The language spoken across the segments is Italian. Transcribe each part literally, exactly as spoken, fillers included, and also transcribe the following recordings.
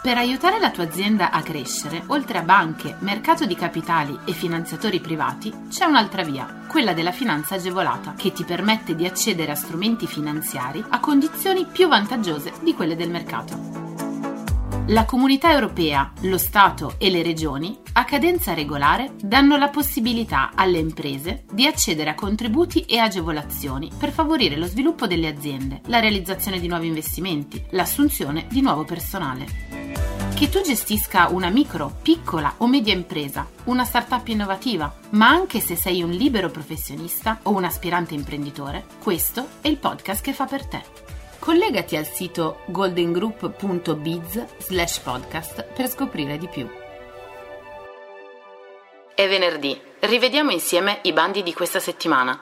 Per aiutare la tua azienda a crescere, oltre a banche, mercato di capitali e finanziatori privati, c'è un'altra via, quella della finanza agevolata, che ti permette di accedere a strumenti finanziari a condizioni più vantaggiose di quelle del mercato. La Comunità Europea, lo Stato e le Regioni, a cadenza regolare, danno la possibilità alle imprese di accedere a contributi e agevolazioni per favorire lo sviluppo delle aziende, la realizzazione di nuovi investimenti, l'assunzione di nuovo personale. Che tu gestisca una micro, piccola o media impresa, una startup innovativa, ma anche se sei un libero professionista o un aspirante imprenditore, questo è il podcast che fa per te. Collegati al sito goldengroup punto biz slash podcast per scoprire di più. È venerdì, rivediamo insieme i bandi di questa settimana.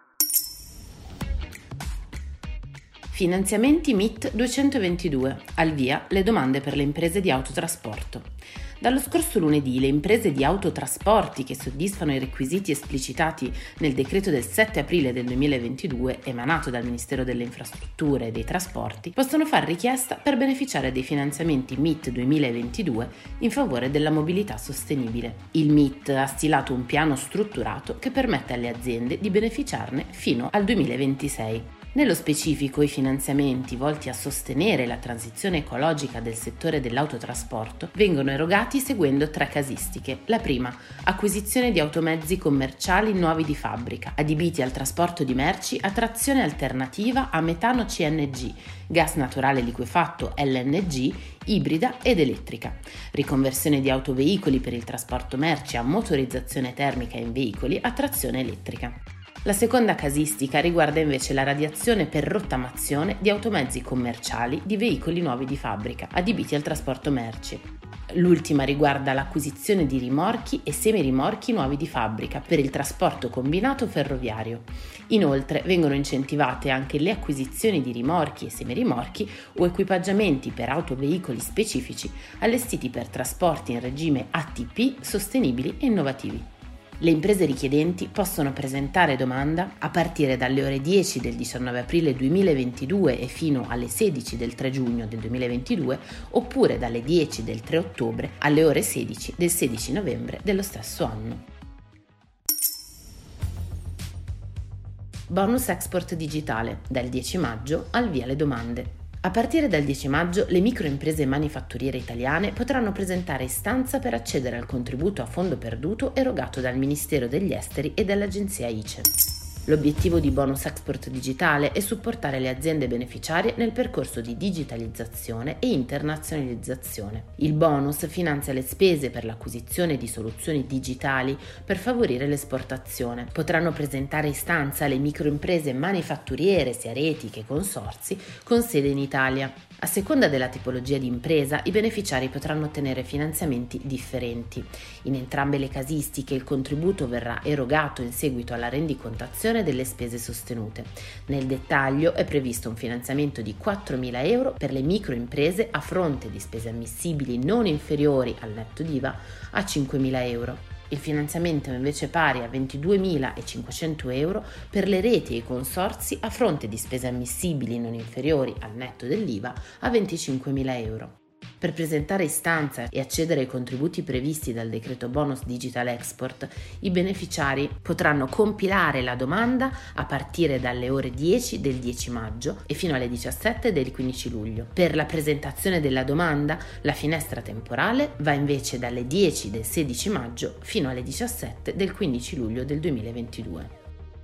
Finanziamenti M I T duecentoventidue, al via le domande per le imprese di autotrasporto. Dallo scorso lunedì le imprese di autotrasporti che soddisfano i requisiti esplicitati nel decreto del sette aprile del duemilaventidue emanato dal Ministero delle Infrastrutture e dei Trasporti possono fare richiesta per beneficiare dei finanziamenti M I T duemilaventidue in favore della mobilità sostenibile. Il M I T ha stilato un piano strutturato che permette alle aziende di beneficiarne fino al duemilaventisei. Nello specifico, i finanziamenti volti a sostenere la transizione ecologica del settore dell'autotrasporto vengono erogati seguendo tre casistiche. La prima, acquisizione di automezzi commerciali nuovi di fabbrica, adibiti al trasporto di merci a trazione alternativa a metano C N G, gas naturale liquefatto L N G, ibrida ed elettrica. Riconversione di autoveicoli per il trasporto merci a motorizzazione termica in veicoli a trazione elettrica. La seconda casistica riguarda invece la radiazione per rottamazione di automezzi commerciali di veicoli nuovi di fabbrica, adibiti al trasporto merci. L'ultima riguarda l'acquisizione di rimorchi e semirimorchi nuovi di fabbrica per il trasporto combinato ferroviario. Inoltre vengono incentivate anche le acquisizioni di rimorchi e semirimorchi o equipaggiamenti per autoveicoli specifici allestiti per trasporti in regime A T P sostenibili e innovativi. Le imprese richiedenti possono presentare domanda a partire dalle ore dieci del diciannove aprile duemilaventidue e fino alle sedici del tre giugno del duemilaventidue oppure dalle dieci del tre ottobre alle ore sedici del sedici novembre dello stesso anno. Bonus export digitale, dal dieci maggio al via le domande. A partire dal dieci maggio le microimprese manifatturiere italiane potranno presentare istanza per accedere al contributo a fondo perduto erogato dal Ministero degli Esteri e dall'agenzia I C E. L'obiettivo di Bonus Export Digitale è supportare le aziende beneficiarie nel percorso di digitalizzazione e internazionalizzazione. Il bonus finanzia le spese per l'acquisizione di soluzioni digitali per favorire l'esportazione. Potranno presentare istanza le microimprese manifatturiere, sia reti che consorzi, con sede in Italia. A seconda della tipologia di impresa, i beneficiari potranno ottenere finanziamenti differenti. In entrambe le casistiche il contributo verrà erogato in seguito alla rendicontazione delle spese sostenute. Nel dettaglio è previsto un finanziamento di quattromila euro per le microimprese a fronte di spese ammissibili non inferiori al netto d'I V A a cinquemila euro. Il finanziamento è invece pari a ventiduemilacinquecento euro per le reti e i consorzi a fronte di spese ammissibili non inferiori al netto dell'I V A a venticinquemila euro. Per presentare istanza e accedere ai contributi previsti dal decreto Bonus Digital Export, i beneficiari potranno compilare la domanda a partire dalle ore dieci del dieci maggio e fino alle diciassette del quindici luglio. Per la presentazione della domanda, la finestra temporale va invece dalle dieci del sedici maggio fino alle diciassette del quindici luglio del duemilaventidue.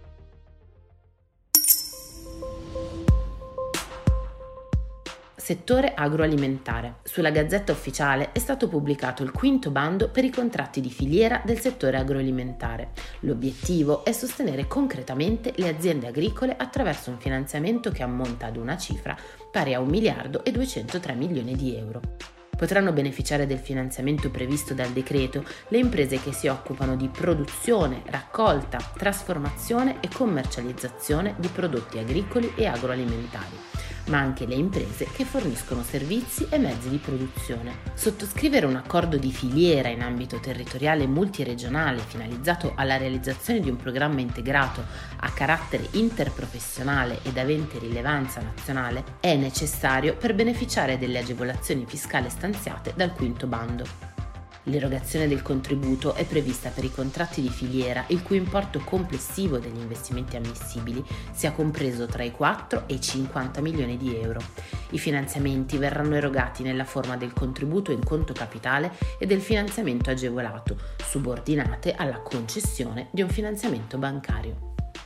Settore agroalimentare. Sulla Gazzetta Ufficiale è stato pubblicato il quinto bando per i contratti di filiera del settore agroalimentare. L'obiettivo è sostenere concretamente le aziende agricole attraverso un finanziamento che ammonta ad una cifra pari a un miliardo e duecentotré milioni di euro. Potranno beneficiare del finanziamento previsto dal decreto le imprese che si occupano di produzione, raccolta, trasformazione e commercializzazione di prodotti agricoli e agroalimentari. ma anche le imprese che forniscono servizi e mezzi di produzione. Sottoscrivere un accordo di filiera in ambito territoriale multiregionale finalizzato alla realizzazione di un programma integrato a carattere interprofessionale ed avente rilevanza nazionale è necessario per beneficiare delle agevolazioni fiscali stanziate dal quinto bando. L'erogazione del contributo è prevista per i contratti di filiera il cui importo complessivo degli investimenti ammissibili sia compreso tra i quattro e i cinquanta milioni di euro. I finanziamenti verranno erogati nella forma del contributo in conto capitale e del finanziamento agevolato, subordinate alla concessione di un finanziamento bancario.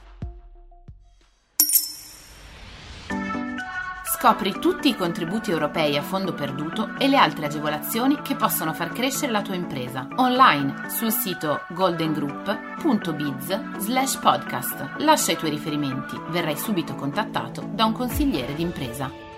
Scopri tutti i contributi europei a fondo perduto e le altre agevolazioni che possono far crescere la tua impresa online sul sito goldengroup punto biz slash podcast. Lascia i tuoi riferimenti, verrai subito contattato da un consigliere d'impresa.